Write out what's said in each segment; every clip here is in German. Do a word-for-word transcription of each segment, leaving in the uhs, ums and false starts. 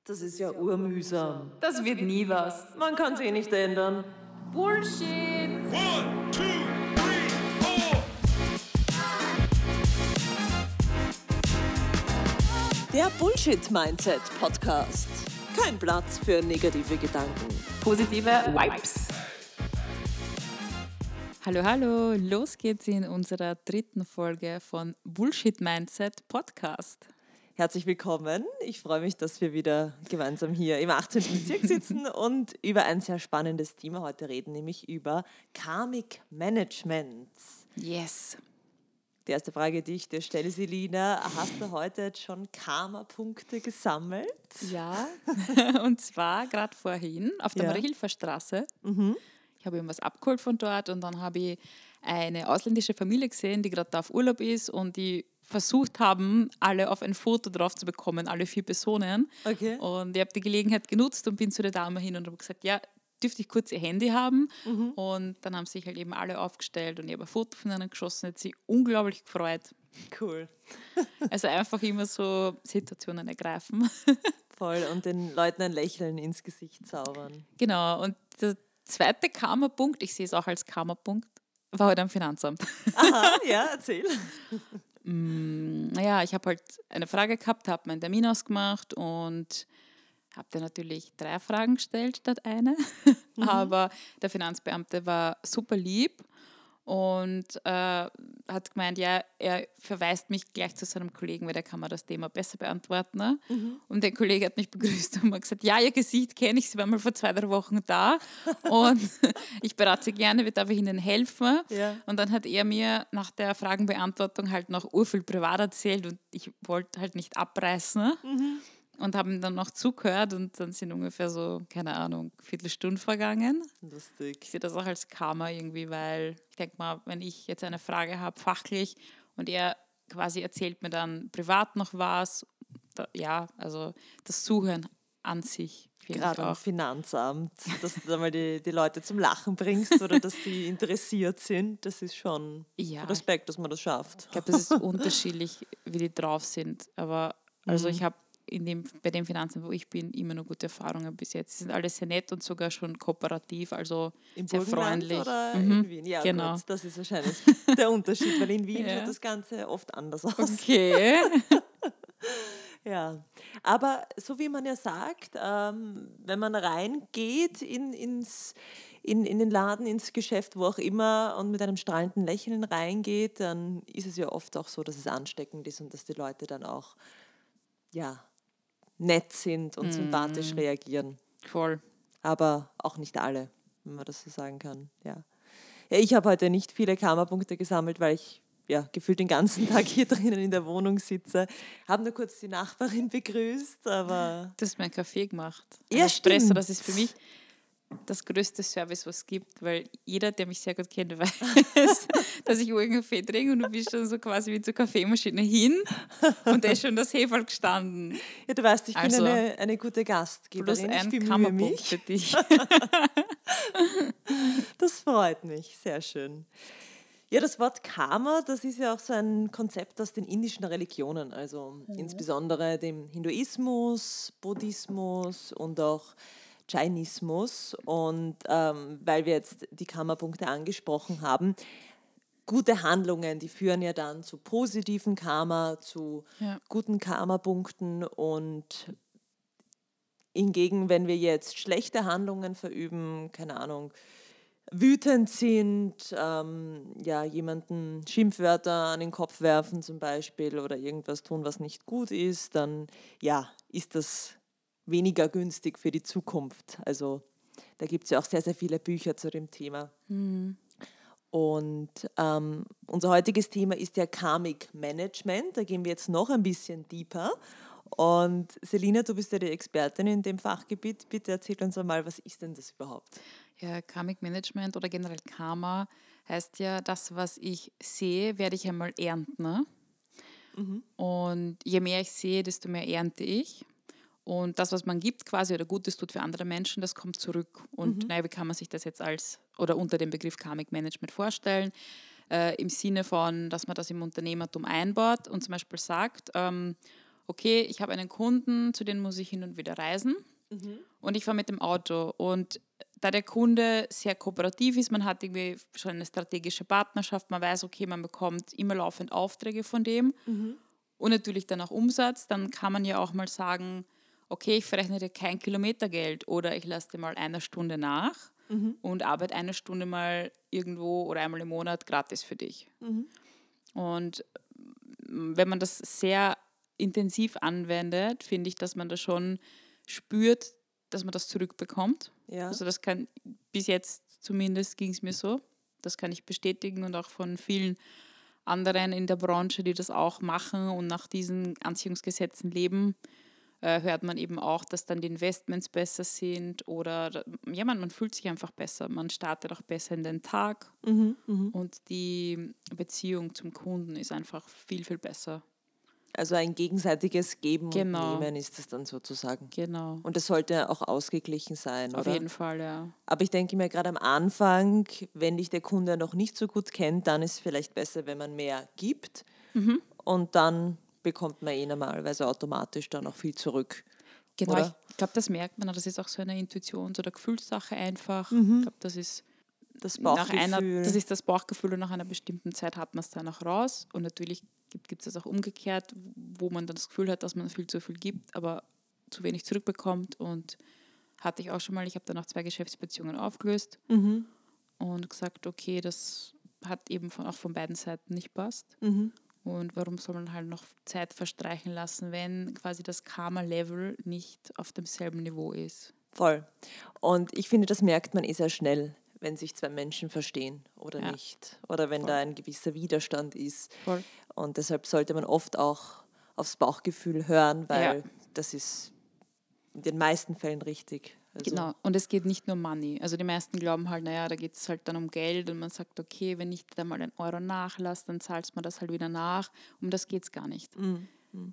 Das ist ja urmühsam. Das wird nie was. Man kann es eh nicht ändern. Bullshit! One, two, three, four. Der Bullshit-Mindset-Podcast. Kein Platz für negative Gedanken. Positive Vibes. Hallo, hallo. Los geht's in unserer dritten Folge von Bullshit Mindset Podcast. Herzlich willkommen. Ich freue mich, dass wir wieder gemeinsam hier im achtzehnten Bezirk sitzen und über ein sehr spannendes Thema heute reden, nämlich über Karmic Management. Yes. Die erste Frage, die ich dir stelle, Selina, hast du heute jetzt schon Karma-Punkte gesammelt? Ja, und zwar gerade vorhin auf der Ja. Marie-Hilfer Straße. Mhm. Ich habe irgendwas abgeholt von dort und dann habe ich eine ausländische Familie gesehen, die gerade da auf Urlaub ist und die versucht haben, alle auf ein Foto drauf zu bekommen, alle vier Personen. Okay. Und ich habe die Gelegenheit genutzt und bin zu der Dame hin und habe gesagt, ja, dürfte ich kurz ihr Handy haben? Mhm. Und dann haben sich halt eben alle aufgestellt und ich habe ein Foto von ihnen geschossen, hat sie unglaublich gefreut. Cool. Also einfach immer so Situationen ergreifen. Voll. Und den Leuten ein Lächeln ins Gesicht zaubern. Genau, und der zweite Karma-Punkt, ich sehe es auch als Karma-Punkt, war heute am Finanzamt. Aha, ja, erzähl. Naja, ich habe halt eine Frage gehabt, habe meinen Termin ausgemacht und habe dir natürlich drei Fragen gestellt statt eine. Mhm. Aber der Finanzbeamte war super lieb und äh, hat gemeint, ja, er verweist mich gleich zu seinem Kollegen, weil der kann mir das Thema besser beantworten. Ne? Mhm. Und der Kollege hat mich begrüßt und hat gesagt, ja, ihr Gesicht kenne ich, sie war mal vor zwei, drei Wochen da und ich berate sie gerne, wie darf ich Ihnen helfen? Ja. Und dann hat er mir nach der Fragenbeantwortung halt noch urviel privat erzählt und ich wollte halt nicht abreißen. Mhm. Und haben ihm dann noch zugehört und dann sind ungefähr so, keine Ahnung, Viertelstunde vergangen. Lustig. Ich sehe das auch als Karma irgendwie, weil ich denke mal, wenn ich jetzt eine Frage habe, fachlich, und er quasi erzählt mir dann privat noch was, da, ja, also das Zuhören an sich. Gerade am Finanzamt, dass du da mal die, die Leute zum Lachen bringst oder dass die interessiert sind, das ist schon Ja. Respekt, dass man das schafft. Ich glaube, das ist unterschiedlich, wie die drauf sind, aber also mhm. ich habe in dem, bei dem Finanzamt, wo ich bin, immer noch gute Erfahrungen bis jetzt. Sie sind alle sehr nett und sogar schon kooperativ, also Im sehr Burgenland freundlich. Oder mhm. in Wien? Ja, genau. Gut, das ist wahrscheinlich der Unterschied, weil in Wien ja. schaut das Ganze oft anders aus. Okay. Ja, aber so wie man ja sagt, ähm, wenn man reingeht in, ins, in, in den Laden, ins Geschäft, wo auch immer und mit einem strahlenden Lächeln reingeht, dann ist es ja oft auch so, dass es ansteckend ist und dass die Leute dann auch, ja, nett sind und mm. sympathisch reagieren. Voll. Aber auch nicht alle, wenn man das so sagen kann. Ja, ja ich habe heute nicht viele Karma-Punkte gesammelt, weil ich ja, gefühlt den ganzen Tag hier drinnen in der Wohnung sitze. Habe nur kurz die Nachbarin begrüßt, aber... Du hast mir einen Kaffee gemacht. Ja, also Espresso, stimmt. das ist für mich das größte Service, was es gibt, weil jeder, der mich sehr gut kennt, weiß, dass ich einen Kaffee trinke und du bist dann so quasi wie zur Kaffeemaschine hin und da ist schon das Heferl gestanden. Ja, du weißt, ich also, bin eine, eine gute Gastgeberin. Plus ein ich Kammerpunkt für dich. Das freut mich, sehr schön. Ja, das Wort Karma, das ist ja auch so ein Konzept aus den indischen Religionen, also mhm. insbesondere dem Hinduismus, Buddhismus und auch Jainismus. Und ähm, weil wir jetzt die Karma-Punkte angesprochen haben, gute Handlungen, die führen ja dann zu positiven Karma, zu ja. guten Karma-Punkten. Und hingegen, wenn wir jetzt schlechte Handlungen verüben, keine Ahnung, wütend sind, ähm, ja, jemanden Schimpfwörter an den Kopf werfen zum Beispiel oder irgendwas tun, was nicht gut ist, dann ja, ist das weniger günstig für die Zukunft. Also da gibt es ja auch sehr, sehr viele Bücher zu dem Thema. Mhm. Und ähm, unser heutiges Thema ist ja Karmic Management. Da gehen wir jetzt noch ein bisschen deeper. Und Selina, du bist ja die Expertin in dem Fachgebiet. Bitte erzähl uns einmal, was ist denn das überhaupt? Ja, Karmic Management oder generell Karma heißt ja, das, was ich sehe, werde ich einmal ernten. Ne? Mhm. Und je mehr ich sehe, desto mehr ernte ich. Und das, was man gibt quasi oder Gutes tut für andere Menschen, das kommt zurück. Und mhm. naja, wie kann man sich das jetzt als oder unter dem Begriff Karmic Management vorstellen? Äh, Im Sinne von, dass man das im Unternehmertum einbaut und zum Beispiel sagt, ähm, okay, ich habe einen Kunden, zu dem muss ich hin und wieder reisen Mhm. und ich fahre mit dem Auto. Und da der Kunde sehr kooperativ ist, man hat irgendwie schon eine strategische Partnerschaft, man weiß, okay, man bekommt immer laufend Aufträge von dem Mhm. und natürlich dann auch Umsatz, dann kann man ja auch mal sagen, okay, ich verrechne dir kein Kilometergeld oder ich lasse dir mal eine Stunde nach Mhm. und arbeite eine Stunde mal irgendwo oder einmal im Monat gratis für dich. Mhm. Und mm, wenn man das sehr intensiv anwendet, finde ich, dass man da schon spürt, dass man das zurückbekommt. Ja. Also das kann, bis jetzt zumindest ging es mir so, das kann ich bestätigen und auch von vielen anderen in der Branche, die das auch machen und nach diesen Anziehungsgesetzen leben, äh, hört man eben auch, dass dann die Investments besser sind oder ja, man, man fühlt sich einfach besser, man startet auch besser in den Tag Mhm. Mhm. und die Beziehung zum Kunden ist einfach viel, viel besser. Also ein gegenseitiges Geben Genau. und Nehmen ist es dann sozusagen. Genau. Und das sollte auch ausgeglichen sein, Auf oder? jeden Fall, ja. Aber ich denke mir gerade am Anfang, wenn dich der Kunde noch nicht so gut kennt, dann ist es vielleicht besser, wenn man mehr gibt Mhm. und dann bekommt man eh normalerweise automatisch dann auch viel zurück. Genau, Oder? ich glaube, das merkt man, das ist auch so eine Intuitions- oder Gefühlssache einfach. Mhm. Ich glaube, das ist Das nach einer, Bauchgefühl. das ist das Bauchgefühl und nach einer bestimmten Zeit hat man es dann auch raus. Und natürlich gibt es das auch umgekehrt, wo man dann das Gefühl hat, dass man viel zu viel gibt, aber zu wenig zurückbekommt. Und hatte ich auch schon mal, ich habe dann auch zwei Geschäftsbeziehungen aufgelöst Mhm. und gesagt, okay, das hat eben von, auch von beiden Seiten nicht passt. Mhm. Und warum soll man halt noch Zeit verstreichen lassen, wenn quasi das Karma-Level nicht auf demselben Niveau ist? Voll. Und ich finde, das merkt man eh sehr schnell, wenn sich zwei Menschen verstehen oder Ja. nicht. Oder wenn Voll. da ein gewisser Widerstand ist. Voll. Und deshalb sollte man oft auch aufs Bauchgefühl hören, weil Ja. das ist in den meisten Fällen richtig. Also, Genau, und es geht nicht nur um Money. Also die meisten glauben halt, naja, da geht es halt dann um Geld und man sagt, okay, wenn ich da mal einen Euro nachlasse, dann zahlst man das halt wieder nach. Um das geht es gar nicht. Mhm.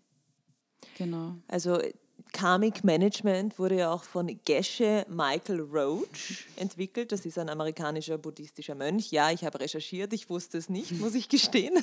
Genau. Also Karmic Management wurde ja auch von Geshe Michael Roach entwickelt. Das ist ein amerikanischer buddhistischer Mönch. Ja, ich habe recherchiert, ich wusste es nicht, muss ich gestehen.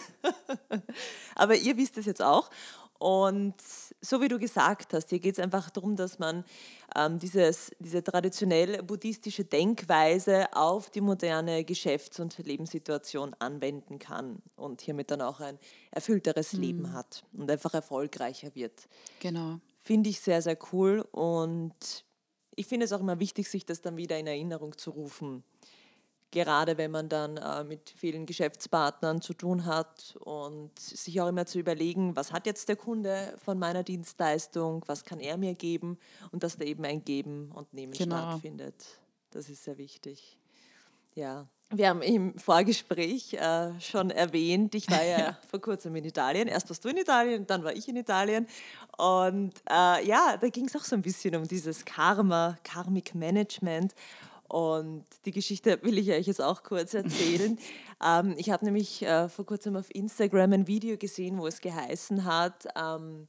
Aber ihr wisst es jetzt auch. Und so wie du gesagt hast, hier geht es einfach darum, dass man ähm, dieses, diese traditionell buddhistische Denkweise auf die moderne Geschäfts- und Lebenssituation anwenden kann und hiermit dann auch ein erfüllteres Leben hat und einfach erfolgreicher wird. Genau. Finde ich sehr, sehr cool und ich finde es auch immer wichtig, sich das dann wieder in Erinnerung zu rufen. Gerade wenn man dann äh, mit vielen Geschäftspartnern zu tun hat und sich auch immer zu überlegen, was hat jetzt der Kunde von meiner Dienstleistung, was kann er mir geben und dass da eben ein Geben und Nehmen Genau. stattfindet. Das ist sehr wichtig. Ja. Wir haben im Vorgespräch äh, schon erwähnt, ich war ja vor kurzem in Italien. Erst warst du in Italien, dann war ich in Italien. Und äh, ja, da ging es auch so ein bisschen um dieses Karma, Karmic Management. Und die Geschichte will ich euch jetzt auch kurz erzählen. ähm, ich habe nämlich äh, vor kurzem auf Instagram ein Video gesehen, wo es geheißen hat, ähm,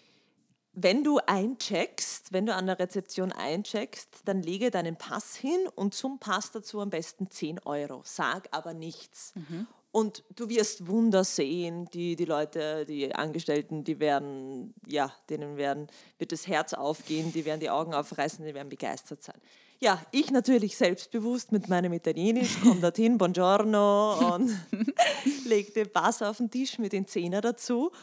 wenn du eincheckst, wenn du an der Rezeption eincheckst, dann lege deinen Pass hin und zum Pass dazu am besten zehn Euro. Sag aber nichts. Und du wirst Wunder sehen, die, die Leute, die Angestellten, die werden, ja, denen werden, wird das Herz aufgehen, die werden die Augen aufreißen, die werden begeistert sein. Ja, ich natürlich selbstbewusst mit meinem Italienisch, komme dorthin, buongiorno und lege den Pass auf den Tisch mit den Zehner dazu.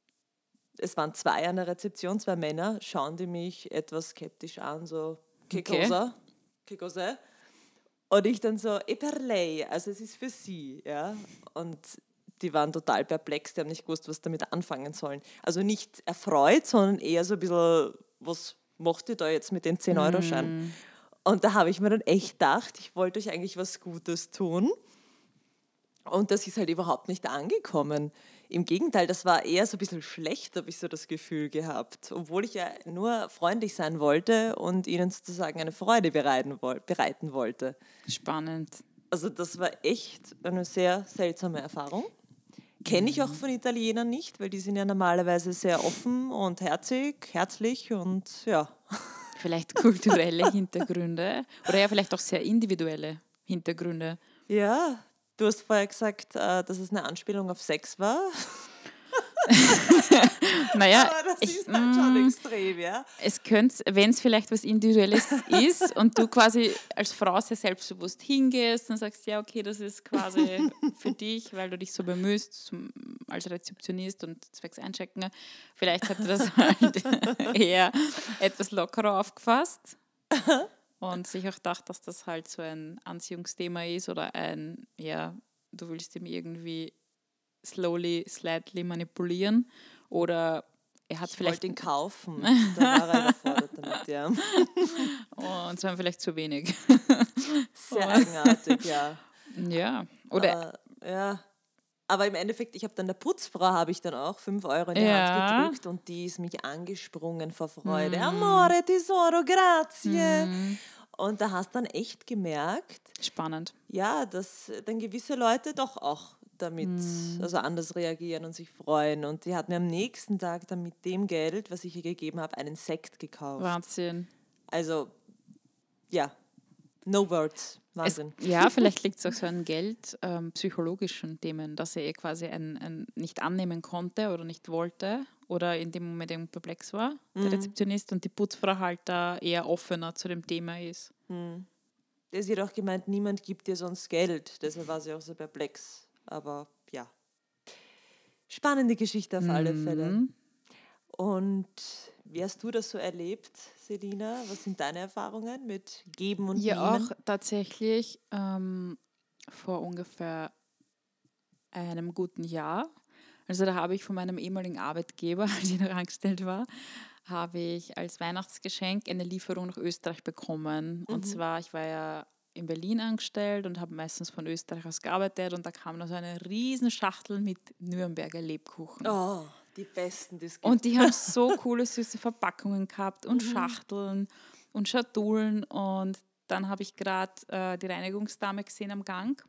Es waren zwei an der Rezeption, zwei Männer, schauen die mich etwas skeptisch an, so, che Okay. cosa? Che cos'è? Und ich dann so, e per lei, also es ist für sie, ja. Und die waren total perplex, die haben nicht gewusst, was damit anfangen sollen. Also nicht erfreut, sondern eher so ein bisschen, was macht ihr da jetzt mit den zehn-Euro-Scheinen? Und da habe ich mir dann echt gedacht, ich wollte euch eigentlich was Gutes tun. Und das ist halt überhaupt nicht angekommen. Im Gegenteil, das war eher so ein bisschen schlecht, habe ich so das Gefühl gehabt. Obwohl ich ja nur freundlich sein wollte und ihnen sozusagen eine Freude bereiten, woll- bereiten wollte. Spannend. Also das war echt eine sehr seltsame Erfahrung. Kenne ich auch von Italienern nicht, weil die sind ja normalerweise sehr offen und herzig, herzlich und ja. Vielleicht kulturelle Hintergründe oder ja, vielleicht auch sehr individuelle Hintergründe. Ja, du hast vorher gesagt, äh, dass es eine Anspielung auf Sex war. Naja, Aber das ich, ist halt schon mm, extrem, ja. es könnte, wenn es vielleicht was Individuelles ist und du quasi als Frau sehr selbstbewusst hingehst und sagst, ja, okay, das ist quasi für dich, weil du dich so bemühst zum, als Rezeptionist und zwecks Einchecken, vielleicht hat er das halt eher etwas lockerer aufgefasst und sich auch gedacht, dass das halt so ein Anziehungsthema ist oder ein, ja, du willst ihm irgendwie slowly, slightly manipulieren oder er hat Ich vielleicht wollte ihn kaufen. Da war er überfordert damit, ja. und es waren vielleicht zu wenig. Sehr eigenartig, ja. Ja, oder Aber, ja. Aber im Endeffekt, ich habe dann der Putzfrau, habe ich dann auch fünf Euro in die Ja. Hand gedrückt und die ist mich angesprungen vor Freude. Amore, tesoro, grazie. Und da hast dann echt gemerkt, spannend. ja, dass dann gewisse Leute doch auch damit, also anders reagieren und sich freuen. Und die hat mir am nächsten Tag dann mit dem Geld, was ich ihr gegeben habe, einen Sekt gekauft. Wahnsinn. Also, ja, no words. Es, Wahnsinn. ja, vielleicht liegt es auch so an Geld, ähm, psychologischen Themen, dass er eh quasi ein, ein nicht annehmen konnte oder nicht wollte oder in dem Moment eben perplex war, der Rezeptionist, und die Putzfrau halt da eher offener zu dem Thema ist. Sie hat auch gemeint, niemand gibt dir sonst Geld. Deshalb war sie auch so perplex. Aber ja, spannende Geschichte auf alle Fälle. Und wie hast du das so erlebt, Selina? Was sind deine Erfahrungen mit Geben und Ja, Nehmen? auch tatsächlich ähm, vor ungefähr einem guten Jahr. Also da habe ich von meinem ehemaligen Arbeitgeber, als ich noch angestellt war, habe ich als Weihnachtsgeschenk eine Lieferung nach Österreich bekommen. Und zwar, ich war ja in Berlin angestellt und habe meistens von Österreich aus gearbeitet und da kam da so eine riesen Schachtel mit Nürnberger Lebkuchen. Oh, die besten, die es gibt. Und die haben so coole, süße Verpackungen gehabt und Schachteln und Schatulen. Und dann habe ich gerade äh, die Reinigungsdame gesehen am Gang,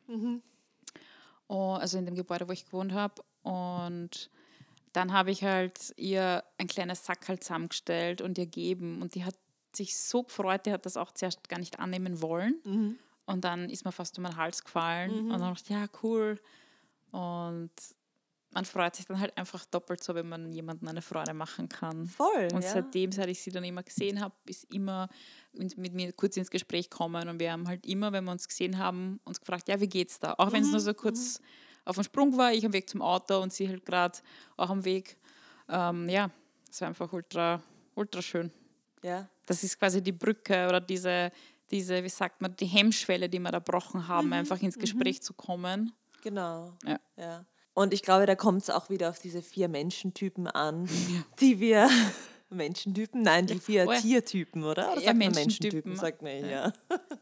oh, also in dem Gebäude, wo ich gewohnt habe. Und dann habe ich halt ihr ein kleines Sackerl zusammengestellt und ihr gegeben. Und die hat sich so gefreut, die hat das auch zuerst gar nicht annehmen wollen. Und dann ist mir fast um den Hals gefallen. Und dann dachte ich, ja, cool. Und man freut sich dann halt einfach doppelt so, wenn man jemandem eine Freude machen kann. Voll, Und ja. seitdem, seit ich sie dann immer gesehen habe, ist immer mit mit mir kurz ins Gespräch gekommen. Und wir haben halt immer, wenn wir uns gesehen haben, uns gefragt, ja, wie geht's da? Auch wenn es nur so kurz auf dem Sprung war, ich am Weg zum Auto und sie halt gerade auch am Weg. Ähm, ja, es war einfach ultra, ultra schön. Ja. Das ist quasi die Brücke oder diese, diese, wie sagt man, die Hemmschwelle, die wir da gebrochen haben, einfach ins Gespräch zu kommen. Genau. Ja. Ja. Und ich glaube, da kommt es auch wieder auf diese vier Menschentypen an, die wir. Menschentypen? Nein, die vier Oh ja. Tiertypen, oder? Oder Ja, sagt man Menschentypen. Menschentypen, sagt man ja.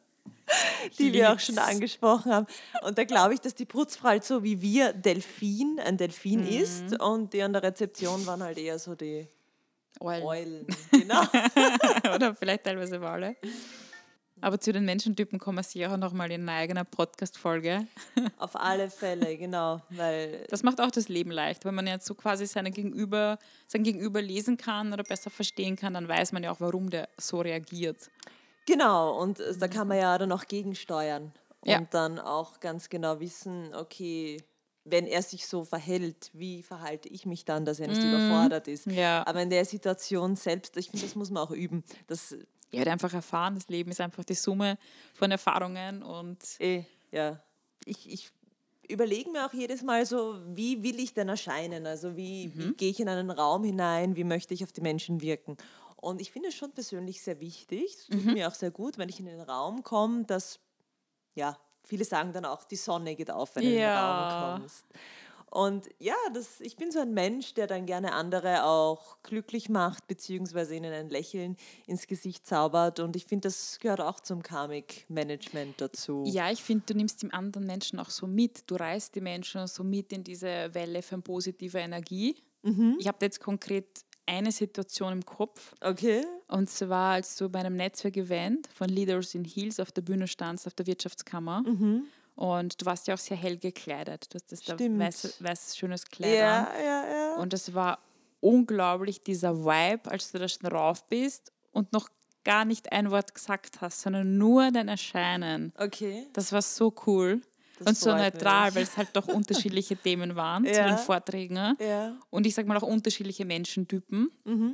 Die wir auch schon lieb's. angesprochen haben. Und da glaube ich, dass die Putzfrau halt so wie wir Delfin, ein Delfin Mhm. ist und die an der Rezeption waren halt eher so die Eulen. Eulen. Genau. Oder vielleicht teilweise Wale. Aber zu den Menschentypen kommen wir sicher auch nochmal in einer eigenen Podcast-Folge. Auf alle Fälle, genau. Weil Das macht auch das Leben leicht, wenn man jetzt so quasi seine Gegenüber, sein Gegenüber lesen kann oder besser verstehen kann, dann weiß man ja auch, warum der so reagiert. Genau, und äh, da kann man ja dann auch gegensteuern und Ja. dann auch ganz genau wissen, okay, wenn er sich so verhält, wie verhalte ich mich dann, dass er nicht überfordert ist. Ja. Aber in der Situation selbst, ich finde, das muss man auch üben. Das, Ja, halt einfach erfahren, das Leben ist einfach die Summe von Erfahrungen und eh, ja, ich, ich überlege mir auch jedes Mal so, wie will ich denn erscheinen? Also wie, wie gehe ich in einen Raum hinein, wie möchte ich auf die Menschen wirken? Und ich finde es schon persönlich sehr wichtig, es tut mir auch sehr gut, wenn ich in den Raum komme, dass, ja, viele sagen dann auch, die Sonne geht auf, wenn du in den Ja. Raum kommst. Und ja, das, ich bin so ein Mensch, der dann gerne andere auch glücklich macht, beziehungsweise ihnen ein Lächeln ins Gesicht zaubert. Und ich finde, das gehört auch zum Karmic-Management dazu. ja, ich finde, du nimmst die anderen Menschen auch so mit. Du reißt die Menschen so mit in diese Welle von positiver Energie. Ich habe jetzt konkret eine Situation im Kopf. Okay. Und zwar, als du bei einem Netzwerk-Event von Leaders in Heels auf der Bühne standst, auf der Wirtschaftskammer. Und du warst ja auch sehr hell gekleidet. Du hast das da Stimmt. weiß, weiß, schönes Kleid an. Ja, ja, ja. Und es war unglaublich, dieser Vibe, als du da schon rauf bist und noch gar nicht ein Wort gesagt hast, sondern nur dein Erscheinen. Okay. Das war so cool. Das Und so freut neutral, mich. weil es halt doch unterschiedliche Themen waren zu Ja. den Vorträgen. Ja. Und ich sag mal auch unterschiedliche Menschentypen.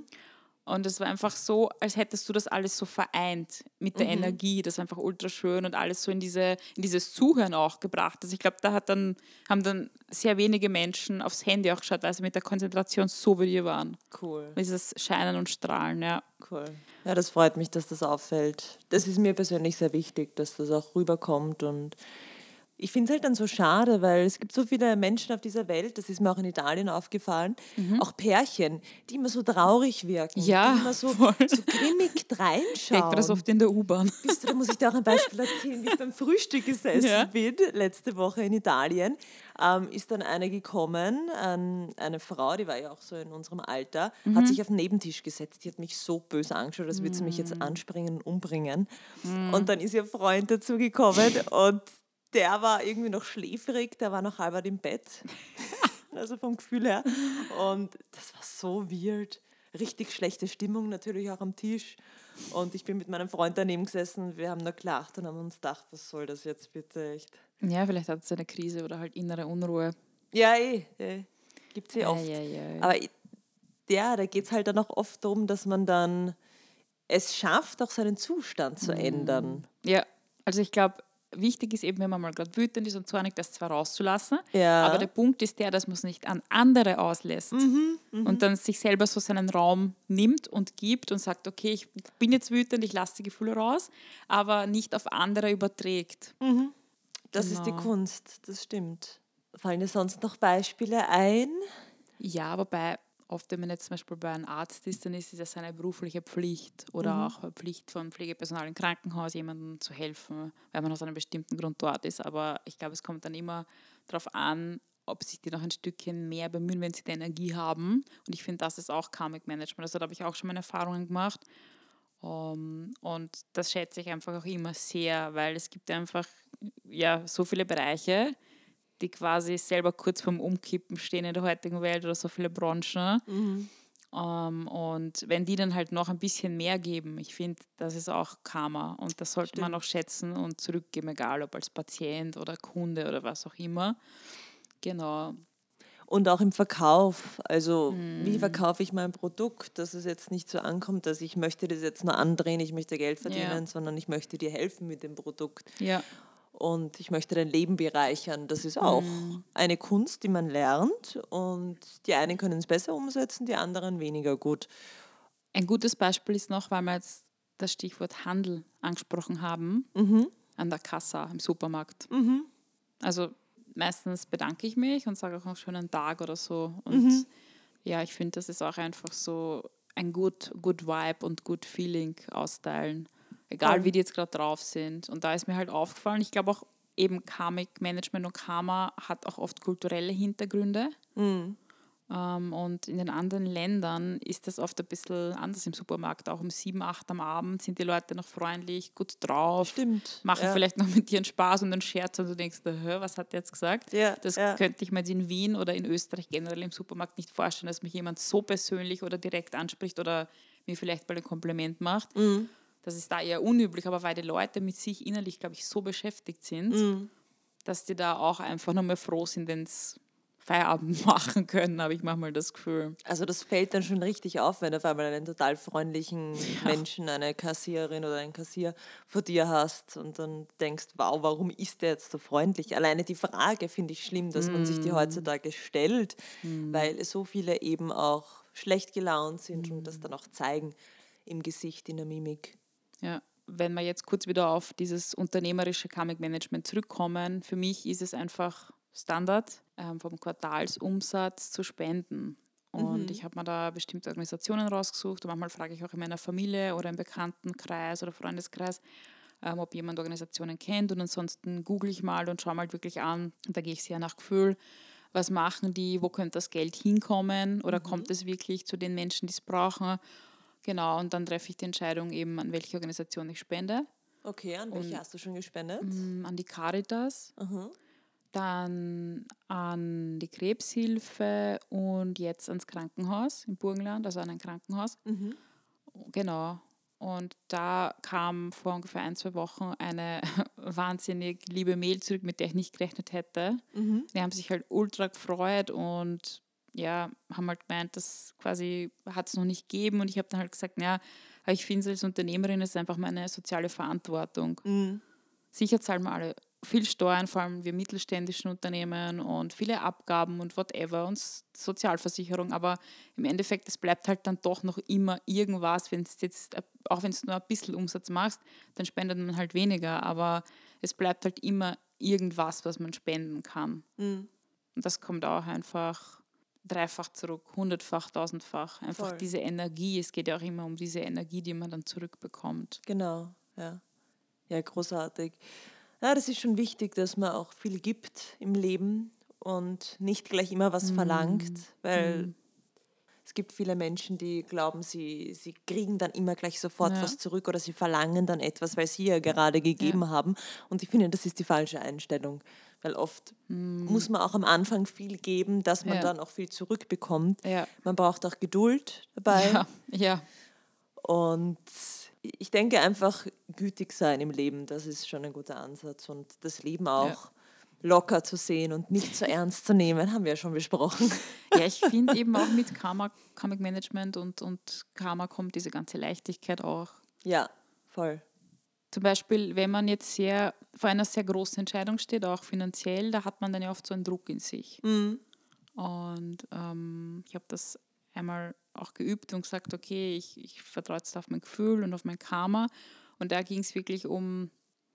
Und es war einfach so, als hättest du das alles so vereint mit der Energie. Das war einfach ultra schön und alles so in, diese, in dieses Zuhören auch gebracht. Also ich glaube, da hat dann, haben dann sehr wenige Menschen aufs Handy auch geschaut, weil sie mit der Konzentration so wie wir waren. Cool. Dieses Scheinen und Strahlen, ja. Cool. Ja, das freut mich, dass das auffällt. Das ist mir persönlich sehr wichtig, dass das auch rüberkommt. Und ich finde es halt dann so schade, weil es gibt so viele Menschen auf dieser Welt, das ist mir auch in Italien aufgefallen, auch Pärchen, die immer so traurig wirken, Ja, die immer so, voll. so grimmig Denkt man das reinschauen. oft in der U-Bahn. Bist du, da muss ich dir auch ein Beispiel erzählen, wie ich beim Frühstück gesessen Ja. bin, letzte Woche in Italien, ähm, ist dann eine gekommen, ähm, eine Frau, die war ja auch so in unserem Alter, Mhm. hat sich auf den Nebentisch gesetzt, die hat mich so böse angeschaut, als würde sie mich Mhm. jetzt anspringen und umbringen. Und dann ist ihr Freund dazu gekommen und der war irgendwie noch schläfrig, der war noch halb im Bett, also vom Gefühl her. Und das war so weird. Richtig schlechte Stimmung natürlich auch am Tisch. Und ich bin mit meinem Freund daneben gesessen, wir haben nur gelacht und haben uns gedacht, was soll das jetzt bitte echt? Ja, vielleicht hat es eine Krise oder halt innere Unruhe. Ja, eh, eh. Gibt es eh Ei, oft. ei, ei. Aber i- ja, da geht es halt dann auch oft darum, dass man dann es schafft, auch seinen Zustand zu ändern. Ja, also ich glaube, wichtig ist eben, wenn man mal gerade wütend ist und zornig, das zwar rauszulassen, Ja. aber der Punkt ist der, dass man es nicht an andere auslässt und dann sich selber so seinen Raum nimmt und gibt und sagt, okay, ich bin jetzt wütend, ich lasse die Gefühle raus, aber nicht auf andere überträgt. Das ist die Genau. Kunst, das stimmt. Fallen dir sonst noch Beispiele ein? Ja, wobei oft, wenn man jetzt zum Beispiel bei einem Arzt ist, dann ist es ja seine berufliche Pflicht oder auch eine Pflicht von Pflegepersonal im Krankenhaus, jemandem zu helfen, weil man aus einem bestimmten Grund dort ist. Aber ich glaube, es kommt dann immer darauf an, ob sich die noch ein Stückchen mehr bemühen, wenn sie die Energie haben. Und ich finde, das ist auch Karmic Management. Also da habe ich auch schon meine Erfahrungen gemacht. Um, und das schätze ich einfach auch immer sehr, weil es gibt einfach ja, so viele Bereiche, die quasi selber kurz vorm Umkippen stehen in der heutigen Welt oder so viele Branchen. Um, und wenn die dann halt noch ein bisschen mehr geben, ich finde, das ist auch Karma und das sollte man auch schätzen und zurückgeben, egal ob als Patient oder Kunde oder was auch immer. Genau. Und auch im Verkauf. Also, wie verkaufe ich mein Produkt, dass es jetzt nicht so ankommt, dass ich möchte das jetzt nur andrehen, ich möchte Geld verdienen, Ja. sondern ich möchte dir helfen mit dem Produkt. Ja. Und ich möchte dein Leben bereichern. Das ist auch eine Kunst, die man lernt. Und die einen können es besser umsetzen, die anderen weniger gut. Ein gutes Beispiel ist noch, weil wir jetzt das Stichwort Handel angesprochen haben, an der Kassa im Supermarkt. Also meistens bedanke ich mich und sage auch noch schönen Tag oder so. Und ja, ich finde, das ist auch einfach so ein gut, good Vibe und good Feeling austeilen. Egal, Voll. wie die jetzt gerade drauf sind. Und da ist mir halt aufgefallen, ich glaube auch eben Karmic Management und Karma hat auch oft kulturelle Hintergründe. Ähm, und in den anderen Ländern ist das oft ein bisschen anders im Supermarkt. Auch um sieben, acht am Abend sind die Leute noch freundlich, gut drauf. Stimmt, Machen ja. vielleicht noch mit dir einen Spaß und einen Scherz und du denkst, hä, was hat der jetzt gesagt? Ja, das ja. könnte ich mir jetzt in Wien oder in Österreich generell im Supermarkt nicht vorstellen, dass mich jemand so persönlich oder direkt anspricht oder mir vielleicht mal ein Kompliment macht. Mhm. Das ist da eher unüblich, aber weil die Leute mit sich innerlich, glaube ich, so beschäftigt sind, Mhm. dass die da auch einfach nur mehr froh sind, wenn sie Feierabend machen können, habe ich manchmal das Gefühl. Also das fällt dann schon richtig auf, wenn du auf einmal einen total freundlichen Menschen, eine Kassiererin oder einen Kassier vor dir hast und dann denkst, wow, warum ist der jetzt so freundlich? Alleine die Frage finde ich schlimm, dass man sich die heutzutage stellt, weil so viele eben auch schlecht gelaunt sind und das dann auch zeigen im Gesicht, in der Mimik. Ja, wenn wir jetzt kurz wieder auf dieses unternehmerische Karmic Management zurückkommen, für mich ist es einfach Standard, ähm, vom Quartalsumsatz zu spenden. Und ich habe mir da bestimmte Organisationen rausgesucht und manchmal frage ich auch in meiner Familie oder im Bekanntenkreis oder Freundeskreis, ähm, ob jemand Organisationen kennt und ansonsten google ich mal und schaue mal wirklich an. Und da gehe ich sehr nach Gefühl, was machen die, wo könnte das Geld hinkommen oder kommt es wirklich zu den Menschen, die es brauchen. Genau, und dann treffe ich die Entscheidung eben, an welche Organisation ich spende. Okay, an welche hast du schon gespendet? Mm, An die Caritas, Mhm. dann an die Krebshilfe und jetzt ans Krankenhaus im Burgenland, also an ein Krankenhaus. Genau. Und da kam vor ungefähr ein, zwei Wochen eine wahnsinnig liebe Mail zurück, mit der ich nicht gerechnet hätte. Mhm. Die haben sich halt ultra gefreut und ja, haben halt gemeint, das quasi hat es noch nicht gegeben. Und ich habe dann halt gesagt, ja, ich finde es als Unternehmerin ist einfach meine soziale Verantwortung. Mhm. Sicher zahlen wir alle viel Steuern, vor allem wir mittelständischen Unternehmen und viele Abgaben und whatever und Sozialversicherung, aber im Endeffekt, es bleibt halt dann doch noch immer irgendwas, wenn es jetzt, auch wenn es nur ein bisschen Umsatz machst, dann spendet man halt weniger, aber es bleibt halt immer irgendwas, was man spenden kann. Mhm. Und das kommt auch einfach dreifach zurück, hundertfach, tausendfach. Einfach Voll. diese Energie, es geht ja auch immer um diese Energie, die man dann zurückbekommt. Genau, ja. Ja, großartig. Ja, das ist schon wichtig, dass man auch viel gibt im Leben und nicht gleich immer was verlangt, weil es gibt viele Menschen, die glauben, sie, sie kriegen dann immer gleich sofort Ja. was zurück oder sie verlangen dann etwas, weil sie ja gerade gegeben Ja. haben. Und ich finde, das ist die falsche Einstellung, weil oft muss man auch am Anfang viel geben, dass man Ja. dann auch viel zurückbekommt. Ja. Man braucht auch Geduld dabei. Ja, ja. Und ich denke einfach, gütig sein im Leben, das ist schon ein guter Ansatz. Und das Leben auch Ja. locker zu sehen und nicht so ernst zu nehmen, haben wir ja schon besprochen. Ja, ich finde eben auch mit Karma, Karmic Management und, und Karma kommt diese ganze Leichtigkeit auch. Ja, voll. Zum Beispiel, wenn man jetzt sehr vor einer sehr großen Entscheidung steht, auch finanziell, da hat man dann ja oft so einen Druck in sich. Mhm. Und ähm, ich habe das einmal auch geübt und gesagt, okay, ich, ich vertraue jetzt auf mein Gefühl und auf mein Karma. Und da ging es wirklich um,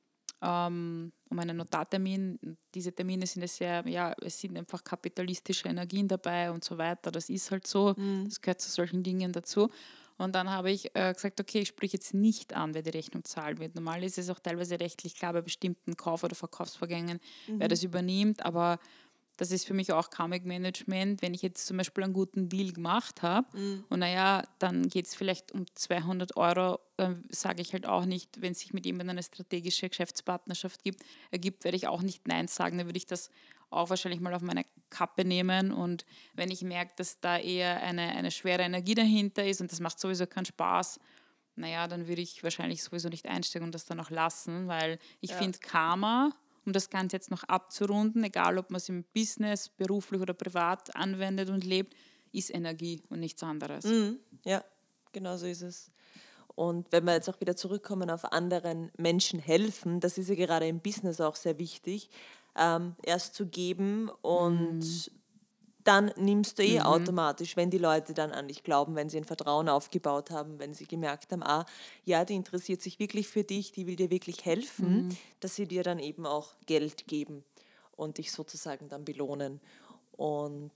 ähm, um einen Notartermin. Diese Termine sind ja sehr, ja, es sind einfach kapitalistische Energien dabei und so weiter. Das ist halt so, das gehört zu solchen Dingen dazu. Und dann habe ich äh, gesagt, okay, ich spreche jetzt nicht an, wer die Rechnung zahlen wird. Normal ist es auch teilweise rechtlich klar bei bestimmten Kauf- oder Verkaufsvorgängen, wer das übernimmt, aber das ist für mich auch Karmic Management. Wenn ich jetzt zum Beispiel einen guten Deal gemacht habe und naja, dann geht es vielleicht um zweihundert Euro, dann sage ich halt auch nicht, wenn es sich mit jemandem eine strategische Geschäftspartnerschaft gibt, ergibt, werde ich auch nicht Nein sagen. Dann würde ich das auch wahrscheinlich mal auf meine Kappe nehmen. Und wenn ich merke, dass da eher eine, eine schwere Energie dahinter ist und das macht sowieso keinen Spaß, naja, dann würde ich wahrscheinlich sowieso nicht einsteigen und das dann auch lassen, weil ich Ja. finde Karma, um das Ganze jetzt noch abzurunden, egal ob man es im Business, beruflich oder privat anwendet und lebt, ist Energie und nichts anderes. Mhm. Ja, genau so ist es. Und wenn wir jetzt auch wieder zurückkommen auf anderen Menschen helfen, das ist ja gerade im Business auch sehr wichtig, ähm, erst zu geben und dann nimmst du eh automatisch, wenn die Leute dann an dich glauben, wenn sie ein Vertrauen aufgebaut haben, wenn sie gemerkt haben, ah, ja, die interessiert sich wirklich für dich, die will dir wirklich helfen, dass sie dir dann eben auch Geld geben und dich sozusagen dann belohnen. Und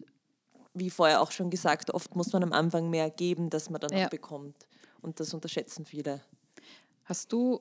wie vorher auch schon gesagt, oft muss man am Anfang mehr geben, dass man dann Ja. auch bekommt. Und das unterschätzen viele. Hast du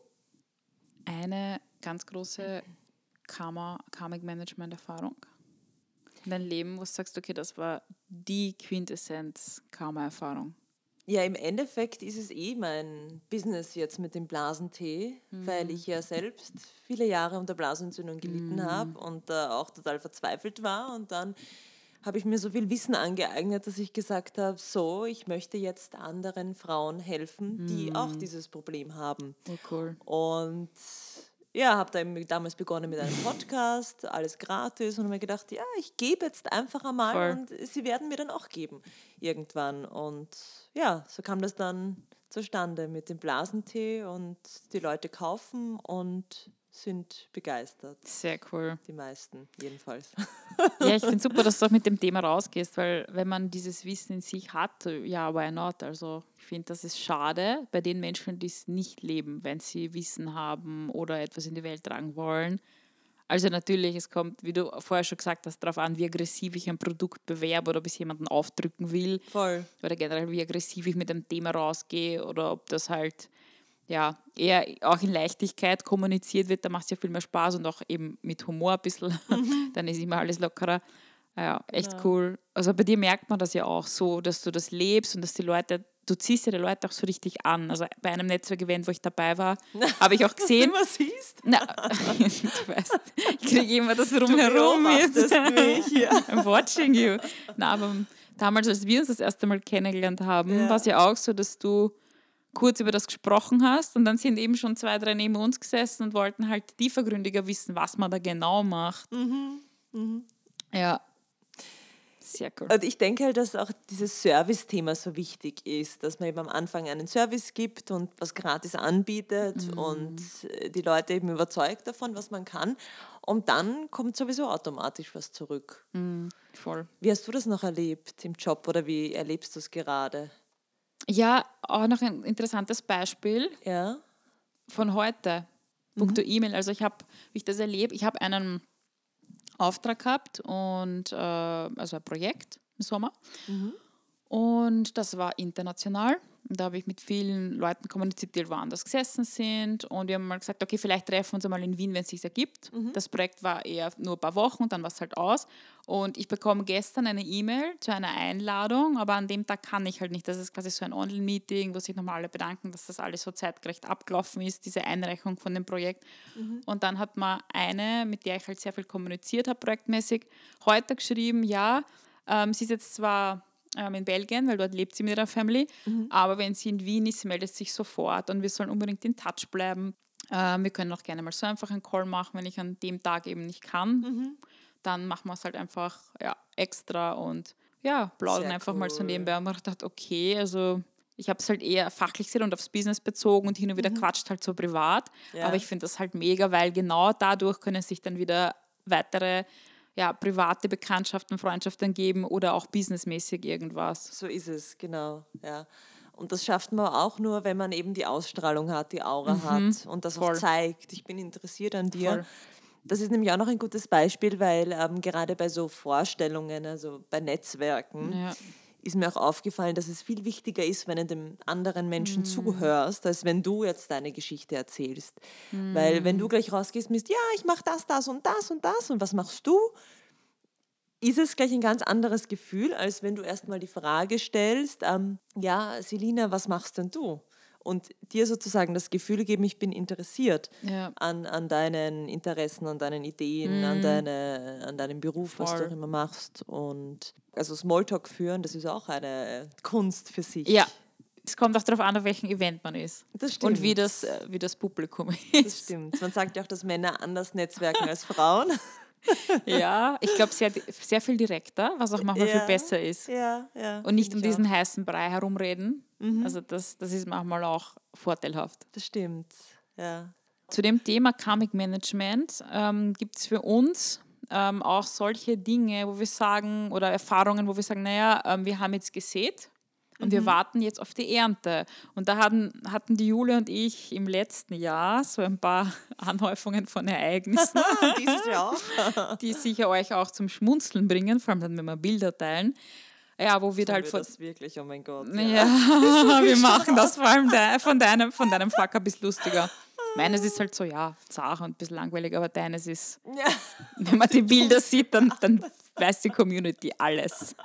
eine ganz große Karma, Karmic Management Erfahrung in deinem Leben, wo du sagst, okay, das war die Quintessenz Karma-Erfahrung? Ja, im Endeffekt ist es eh mein Business jetzt mit dem Blasentee, weil ich ja selbst viele Jahre unter Blasenentzündung gelitten habe und da auch total verzweifelt war. Und dann habe ich mir so viel Wissen angeeignet, dass ich gesagt habe, so, ich möchte jetzt anderen Frauen helfen, die auch dieses Problem haben. Oh, cool. Und ja, habe da eben damals begonnen mit einem Podcast, alles gratis und habe mir gedacht, ja, ich gebe jetzt einfach einmal Voll. und sie werden mir dann auch geben irgendwann. Und ja, so kam das dann zustande mit dem Blasentee und die Leute kaufen und sind begeistert. Sehr cool. Die meisten jedenfalls. Ja, ich finde super, dass du auch mit dem Thema rausgehst, weil wenn man dieses Wissen in sich hat, ja, why not? Also ich finde, das ist schade bei den Menschen, die es nicht leben, wenn sie Wissen haben oder etwas in die Welt tragen wollen. Also natürlich, es kommt, wie du vorher schon gesagt hast, darauf an, wie aggressiv ich ein Produkt bewerbe oder ob ich es jemanden aufdrücken will. Voll. Oder generell, wie aggressiv ich mit dem Thema rausgehe oder ob das halt ja, eher auch in Leichtigkeit kommuniziert wird, da macht es ja viel mehr Spaß und auch eben mit Humor ein bisschen, dann ist immer alles lockerer. Ja, echt Genau. cool. Also bei dir merkt man das ja auch so, dass du das lebst und dass die Leute, du ziehst ja die Leute auch so richtig an. Also bei einem Netzwerkevent, wo ich dabei war, habe ich auch gesehen. Was siehst? Na, du weißt, ich kriege immer das Rumherum mit. beobachtest mich, ja. I'm watching you. Na, aber damals, als wir uns das erste Mal kennengelernt haben, Ja. war es ja auch so, dass du kurz über das gesprochen hast und dann sind eben schon zwei, drei neben uns gesessen und wollten halt tiefergründiger wissen, was man da genau macht. Mhm. Mhm. Ja, sehr cool. Und ich denke halt, dass auch dieses Service-Thema so wichtig ist, dass man eben am Anfang einen Service gibt und was gratis anbietet Mhm. und äh, die Leute eben überzeugt davon, was man kann. Und dann kommt sowieso automatisch was zurück. Mhm, voll. Wie hast du das noch erlebt im Job oder wie erlebst du es gerade? Ja, auch noch ein interessantes Beispiel Ja. von heute. Punkto E-Mail. Also ich habe, wie ich das erlebe, ich habe einen Auftrag gehabt und äh, also ein Projekt im Sommer. Und das war international. Und da habe ich mit vielen Leuten kommuniziert, die woanders gesessen sind. Und wir haben mal gesagt, okay, vielleicht treffen wir uns einmal in Wien, wenn es sich ergibt. Das Projekt war eher nur ein paar Wochen und dann war es halt aus. Und ich bekomme gestern eine E-Mail zu einer Einladung, aber an dem Tag kann ich halt nicht. Das ist quasi so ein Online-Meeting, wo sich nochmal alle bedanken, dass das alles so zeitgerecht abgelaufen ist, diese Einreichung von dem Projekt. Und dann hat mir eine, mit der ich halt sehr viel kommuniziert habe, projektmäßig, heute geschrieben, ja, ähm, sie ist jetzt zwar ähm, in Belgien, weil dort lebt sie mit ihrer Family, aber wenn sie in Wien ist, meldet sie sich sofort und wir sollen unbedingt in Touch bleiben. Ähm, wir können auch gerne mal so einfach einen Call machen, wenn ich an dem Tag eben nicht kann. Dann machen wir es halt einfach ja, extra und ja, plaudern Sehr einfach mal so cool. nebenbei. Und ich dachte, okay, also ich habe es halt eher fachlich gesehen und aufs Business bezogen und hin und wieder quatscht halt so privat. Ja. Aber ich finde das halt mega, weil genau dadurch können sich dann wieder weitere ja, private Bekanntschaften, Freundschaften geben oder auch businessmäßig irgendwas. So ist es, genau. Ja. Und das schafft man auch nur, wenn man eben die Ausstrahlung hat, die Aura hat und das voll. auch zeigt, ich bin interessiert an dir. Voll. Das ist nämlich auch noch ein gutes Beispiel, weil ähm, gerade bei so Vorstellungen, also bei Netzwerken, Ja. ist mir auch aufgefallen, dass es viel wichtiger ist, wenn du dem anderen Menschen zuhörst, als wenn du jetzt deine Geschichte erzählst. Weil wenn du gleich rausgehst mit, ja, ich mache das, das und das und das und was machst du? Ist es gleich ein ganz anderes Gefühl, als wenn du erstmal die Frage stellst, ähm, ja, Selina, was machst denn du? Und dir sozusagen das Gefühl geben, ich bin interessiert Ja. an, an deinen Interessen, an deinen Ideen, an, deine, an deinem Beruf, was du Voll. auch immer machst. Und also Smalltalk führen, das ist auch eine Kunst für sich. Ja, es kommt auch darauf an, auf welchem Event man ist. Das stimmt. Und wie das, äh, wie das Publikum Das ist. stimmt. Man sagt ja auch, dass Männer anders netzwerken als Frauen. Ja, ich glaube, sehr, sehr viel direkter, was auch manchmal Ja. viel besser ist. Ja, ja. Und nicht um finde ich diesen auch. heißen Brei herumreden. Also das, das ist manchmal auch vorteilhaft. Das stimmt, ja. Zu dem Thema Karmic Management ähm, gibt es für uns ähm, auch solche Dinge, wo wir sagen, oder Erfahrungen, wo wir sagen, naja, ähm, wir haben jetzt gesät und wir warten jetzt auf die Ernte. Und da hatten, hatten die Julia und ich im letzten Jahr so ein paar Anhäufungen von Ereignissen, Dieses Jahr auch. die sicher euch auch zum Schmunzeln bringen, vor allem dann, wenn wir Bilder teilen. Ja, wo wir halt wir von... das wirklich, oh mein Gott. Ja, wir machen das vor allem de, von deinem, von deinem Fuck ein bisschen lustiger. Meines ist halt so, ja, zart und ein bisschen langweilig, aber deines ist, Ja. wenn man die Bilder sieht, dann, dann weiß die Community alles.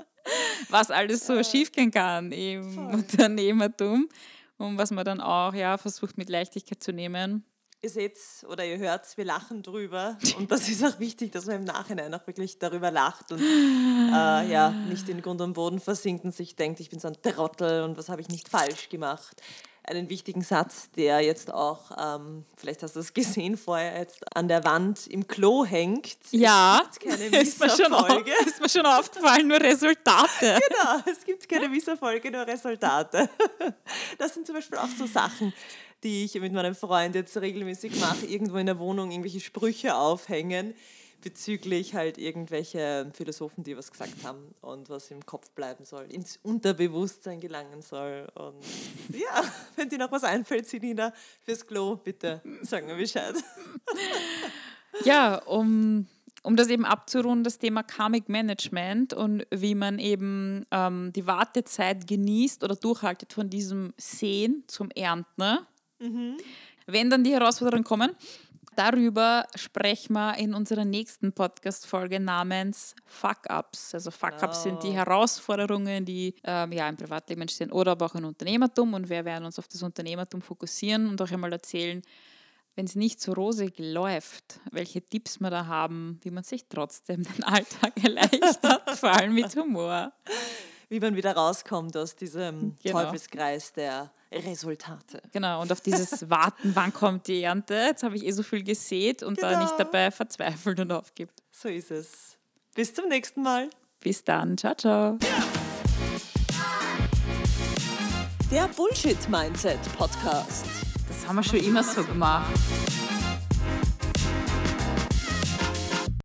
Was alles so schiefgehen kann im Unternehmertum und was man dann auch ja, versucht mit Leichtigkeit zu nehmen. Ihr seht oder ihr hört, wir lachen drüber und das ist auch wichtig, dass man im Nachhinein auch wirklich darüber lacht und äh, ja, nicht in Grund und Boden versinkt und sich denkt, ich bin so ein Trottel und was habe ich nicht falsch gemacht. Einen wichtigen Satz, der jetzt auch, ähm, vielleicht hast du es gesehen vorher, jetzt an der Wand im Klo hängt. Ja, Es gibt keine ist mir, schon auf, Misserfolge. ist mir schon aufgefallen, nur Resultate. Genau, es gibt keine Misserfolge, nur Resultate. Das sind zum Beispiel auch so Sachen, die ich mit meinem Freund jetzt regelmäßig mache, irgendwo in der Wohnung irgendwelche Sprüche aufhängen bezüglich halt irgendwelche Philosophen, die was gesagt haben und was im Kopf bleiben soll, ins Unterbewusstsein gelangen soll. Und ja, wenn dir noch was einfällt, Selina, fürs Klo, bitte sag mir Bescheid. Ja, um, um das eben abzurunden, das Thema Karmic Management und wie man eben ähm, die Wartezeit genießt oder durchhaltet von diesem Sehen zum Ernten. Wenn dann die Herausforderungen kommen, darüber sprechen wir in unserer nächsten Podcast-Folge namens Fuck-Ups. Also Fuck-Ups sind die Herausforderungen, die ähm, ja, im Privatleben entstehen oder aber auch im Unternehmertum. Und wir werden uns auf das Unternehmertum fokussieren und auch einmal erzählen, wenn es nicht so rosig läuft, welche Tipps wir da haben, wie man sich trotzdem den Alltag erleichtert, vor allem mit Humor. wie man wieder rauskommt aus diesem Genau. Teufelskreis der Resultate. Genau, und auf dieses Warten, wann kommt die Ernte, jetzt habe ich eh so viel gesät und da Genau. nicht dabei verzweifelt und aufgibt. So ist es. Bis zum nächsten Mal. Bis dann, ciao, ciao. Der Bullshit-Mindset-Podcast. Das haben wir schon immer so gemacht.